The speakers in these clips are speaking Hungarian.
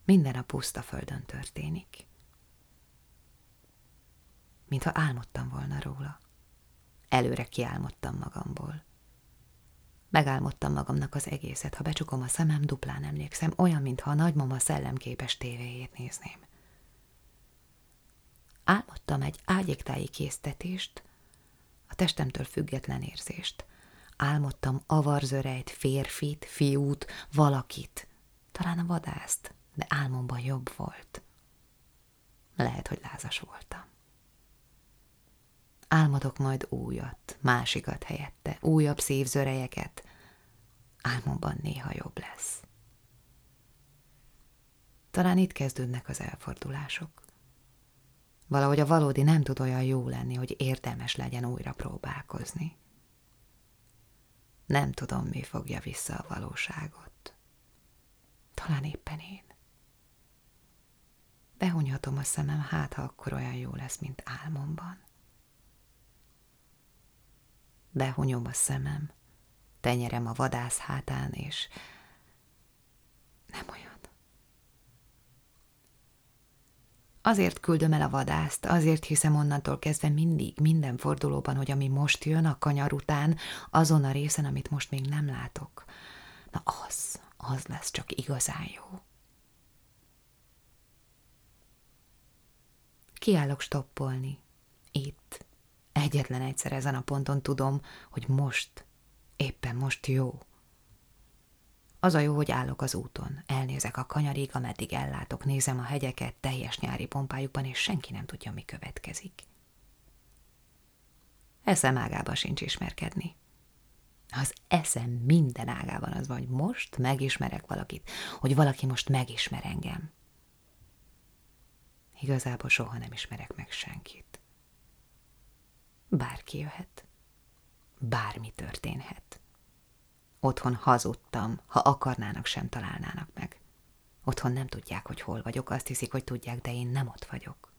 Minden a puszta földön történik. Mintha álmodtam volna róla. Előre kiálmodtam magamból. Megálmodtam magamnak az egészet, ha becsukom a szemem, duplán emlékszem, olyan, mintha a nagymama szellemképes tévéjét nézném. Álmodtam egy ágyéktáji késztetést, a testemtől független érzést. Álmodtam avarzörejt, férfit, fiút, valakit, talán a vadászt, de álmomban jobb volt. Lehet, hogy lázas voltam. Álmodok majd újat, másikat helyette, újabb szívzörejeket. Álmomban néha jobb lesz. Talán itt kezdődnek az elfordulások. Valahogy a valódi nem tud olyan jó lenni, hogy érdemes legyen újra próbálkozni. Nem tudom, mi fogja vissza a valóságot. Talán éppen én. Behunyhatom a szemem, hát ha akkor olyan jó lesz, mint álmomban. Behunyom a szemem, tenyerem a vadász hátán, és nem olyan. Azért küldöm el a vadászt, azért hiszem onnantól kezdve mindig, minden fordulóban, hogy ami most jön a kanyar után, azon a részen, amit most még nem látok. Na az lesz csak igazán jó. Kiállok stoppolni. Itt. Egyetlen egyszer ezen a ponton tudom, hogy most, éppen most jó. Az a jó, hogy állok az úton, elnézek a kanyarig, ameddig ellátok, nézem a hegyeket teljes nyári pompájukban, és senki nem tudja, mi következik. Eszem ágában sincs ismerkedni. Az eszem minden ágában az van, hogy most megismerek valakit, hogy valaki most megismer engem. Igazából soha nem ismerek meg senkit. Bárki jöhet. Bármi történhet. Otthon hazudtam, ha akarnának, sem találnának meg. Otthon nem tudják, hogy hol vagyok, azt hiszik, hogy tudják, de én nem ott vagyok.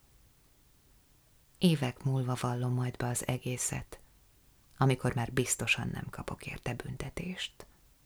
Évek múlva vallom majd be az egészet, amikor már biztosan nem kapok érte büntetést.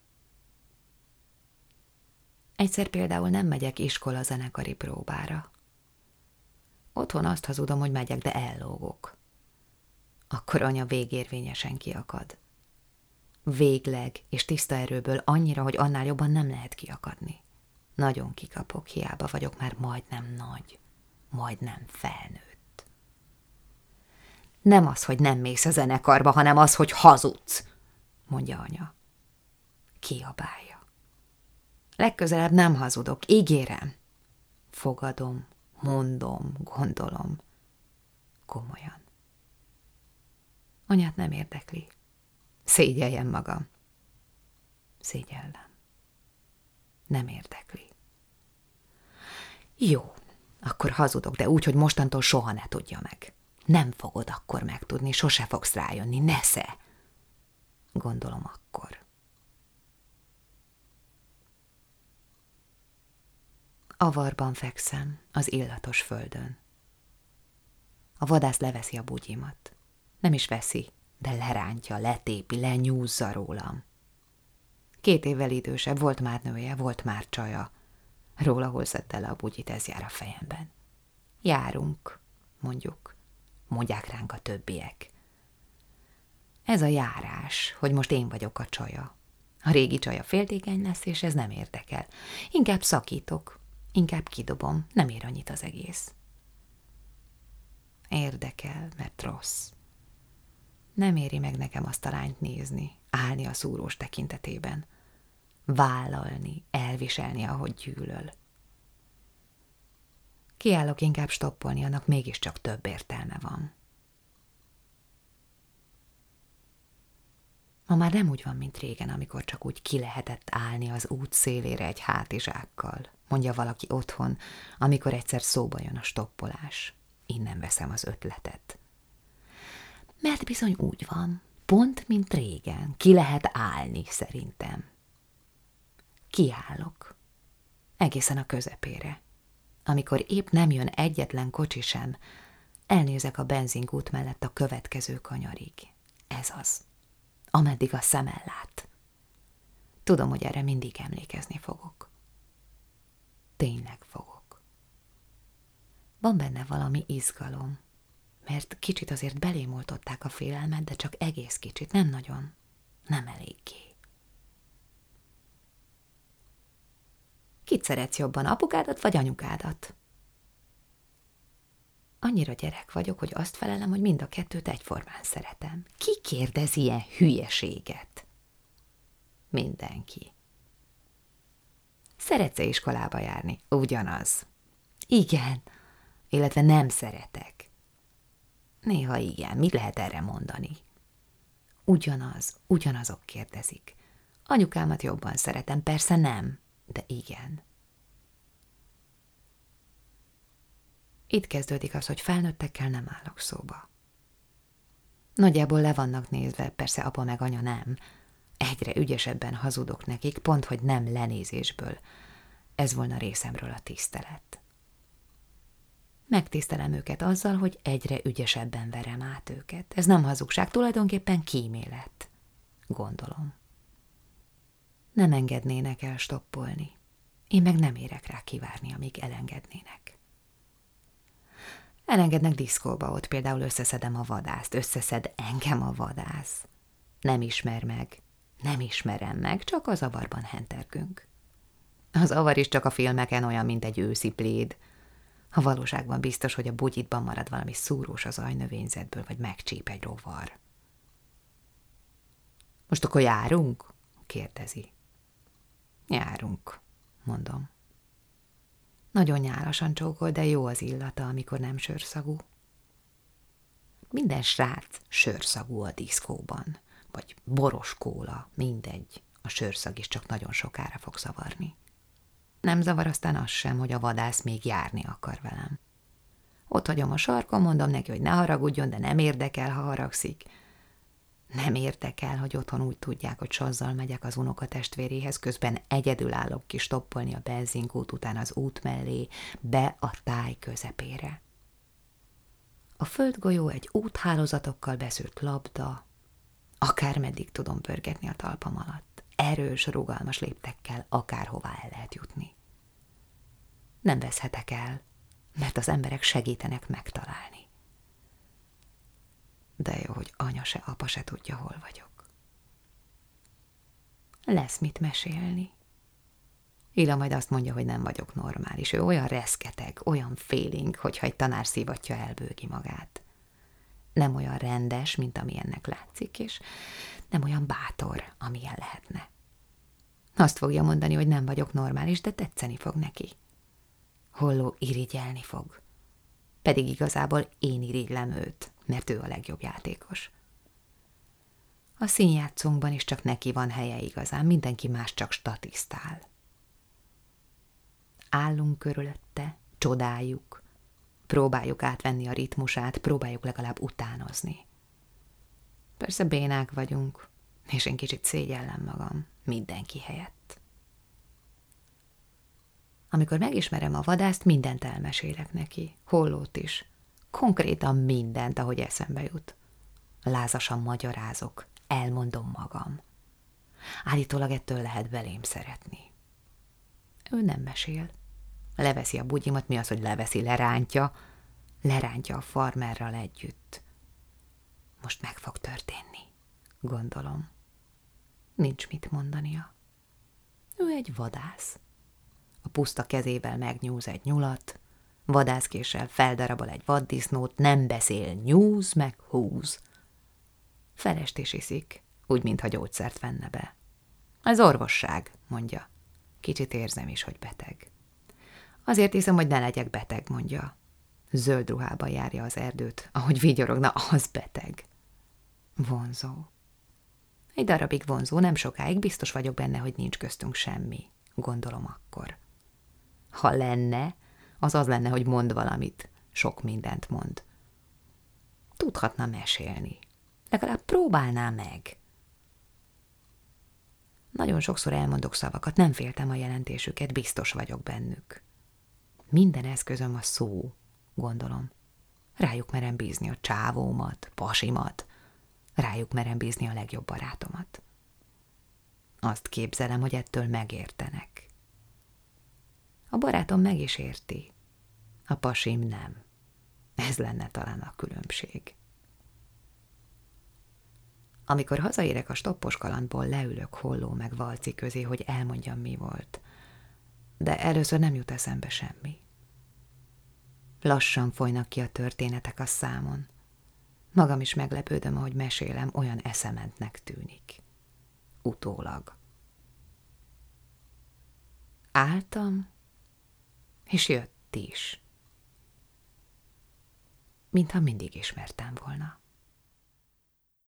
Egyszer például nem megyek iskola zenekari próbára. Otthon azt hazudom, hogy megyek, de ellógok. Akkor anya végérvényesen kiakad. Végleg és tiszta erőből annyira, hogy annál jobban nem lehet kiakadni. Nagyon kikapok, hiába vagyok már majdnem nagy, majdnem felnőtt. Nem az, hogy nem mész a zenekarba, hanem az, hogy hazudsz, mondja anya. Kiabálja. Legközelebb nem hazudok, ígérem. Fogadom, mondom, gondolom. Komolyan. Anyát nem érdekli. Szégyeljem magam. Szégyellem. Nem érdekli. Jó, akkor hazudok, de úgy, hogy mostantól soha ne tudja meg. Nem fogod akkor megtudni, sose fogsz rájönni, nesze. Gondolom akkor. Avarban fekszem, az illatos földön. A vadász leveszi a bugyimat. Nem is veszi, de lerántja, letépi, lenyúzza rólam. 2 évvel idősebb, volt már nője, volt már csaja. Róla hol szedte le a bugyit, ez jár a fejemben. Járunk, mondják ránk a többiek. Ez a járás, hogy most én vagyok a csaja. A régi csaja féltékeny lesz, és ez nem érdekel. Inkább szakítok, inkább kidobom, nem ér annyit az egész. Érdekel, mert rossz. Nem éri meg nekem azt a lányt nézni, állni a szúrós tekintetében. Vállalni, elviselni, ahogy gyűlöl. Kiállok inkább stoppolni, annak mégiscsak több értelme van. Ma már nem úgy van, mint régen, amikor csak úgy ki lehetett állni az út szélére egy hátizsákkal, mondja valaki otthon, amikor egyszer szóba jön a stoppolás. Innen veszem az ötletet. Mert bizony úgy van, pont mint régen, ki lehet állni szerintem. Kiállok. Egészen a közepére. Amikor épp nem jön egyetlen kocsi sem, elnézek a benzingút mellett a következő kanyarig. Ez az, ameddig a szemem lát. Tudom, hogy erre mindig emlékezni fogok. Tényleg fogok. Van benne valami izgalom, mert kicsit azért belémoltották a félelmet, de csak egész kicsit, nem nagyon, nem eléggé. Kit szeretsz jobban, apukádat vagy anyukádat? Annyira gyerek vagyok, hogy azt felelem, hogy mind a kettőt egyformán szeretem. Ki kérdez ilyen hülyeséget? Mindenki. Szeretsz-e iskolába járni? Ugyanaz. Igen, illetve nem szeretek. Néha igen, mit lehet erre mondani? Ugyanazok kérdezik. Anyukámat jobban szeretem, persze nem, de igen. Itt kezdődik az, hogy felnőttekkel nem állok szóba. Nagyjából le vannak nézve, persze apa meg anya nem. Egyre ügyesebben hazudok nekik, pont, hogy nem lenézésből. Ez volna részemről a tisztelet. Megtisztelem őket azzal, hogy egyre ügyesebben verem át őket. Ez nem hazugság, tulajdonképpen kímélet. Gondolom. Nem engednének el stoppolni. Én meg nem érek rá kivárni, amíg elengednének. Elengednek diszkóba, ott például összeszedem a vadászt, összeszed engem a vadász. Nem ismer meg, nem ismerem meg, csak a zavarban hentergünk. Az avar is csak a filmeken olyan, mint egy őszi pléd. A valóságban biztos, hogy a bugyitban marad valami szúrós az ajnövényzetből, vagy megcsíp egy rovar. Most akkor járunk? Kérdezi. Járunk, mondom. Nagyon nyálasan csókol, de jó az illata, amikor nem sörszagú. Minden srác sörszagú a diszkóban, vagy boros kóla, mindegy. A sörszag is csak nagyon sokára fog zavarni. Nem zavar aztán az sem, hogy a vadász még járni akar velem. Ott hagyom a sarkon, mondom neki, hogy ne haragudjon, de nem érdekel, ha haragszik. Nem érdekel, hogy otthon úgy tudják, hogy sazzal megyek az unokatestvéréhez, közben egyedül állok ki stoppolni a benzinkút után az út mellé, be a táj közepére. A földgolyó egy úthálózatokkal beszőtt labda, akármeddig tudom pörgetni a talpam alatt, erős, rugalmas léptekkel akárhová el lehet jutni. Nem veszhetek el, mert az emberek segítenek megtalálni. De jó, hogy anya se, apa se tudja, hol vagyok. Lesz mit mesélni. Ila majd azt mondja, hogy nem vagyok normális. Ő olyan reszketeg, olyan félénk, hogyha egy tanár szívatja, elbőgi magát. Nem olyan rendes, mint amilyennek látszik, és nem olyan bátor, amilyen lehetne. Azt fogja mondani, hogy nem vagyok normális, de tetszeni fog neki. Holló irigyelni fog. Pedig igazából én irigylem őt, mert ő a legjobb játékos. A színjátszónkban is csak neki van helye igazán, mindenki más csak statisztál. Állunk körülötte, csodáljuk, próbáljuk átvenni a ritmusát, próbáljuk legalább utánozni. Persze bénák vagyunk, és én kicsit szégyellem magam mindenki helyett. Amikor megismerem a vadászt, mindent elmesélek neki, Hollót is. Konkrétan mindent, ahogy eszembe jut. Lázasan magyarázok, elmondom magam. Állítólag ettől lehet belém szeretni. Ő nem mesél. Leveszi a bugyimat, mi az, hogy leveszi, lerántja a farmerral együtt. Most meg fog történni, gondolom. Nincs mit mondania. Ő egy vadász. A puszta kezével megnyúz egy nyulat, vadászkéssel feldarabol egy vaddisznót, nem beszél, nyúz meg húz. Felest is iszik, úgy, mintha gyógyszert venne be. Ez orvosság, mondja. Kicsit érzem is, hogy beteg. Azért hiszem, hogy ne legyek beteg, mondja. Zöld ruhában járja az erdőt, ahogy vigyorogna, az beteg. Vonzó. Egy darabig vonzó, nem sokáig, biztos vagyok benne, hogy nincs köztünk semmi, gondolom akkor. Ha lenne, az lenne, hogy mond valamit, sok mindent mond. Tudhatna mesélni, legalább próbálná meg. Nagyon sokszor elmondok szavakat, nem féltem a jelentésüket, biztos vagyok bennük. Minden eszközöm a szó, gondolom. Rájuk merem bízni a csávómat, pasimat, rájuk merem bízni a legjobb barátomat. Azt képzelem, hogy ettől megértenek. A barátom meg is érti. A pasim nem. Ez lenne talán a különbség. Amikor hazaérek a stoppos kalandból, leülök Holló meg Valci közé, hogy elmondjam, mi volt. De először nem jut eszembe semmi. Lassan folynak ki a történetek a számon. Magam is meglepődöm, ahogy mesélem, olyan eszementnek tűnik. Utólag. Álltam, és jött is. Mintha mindig ismertem volna.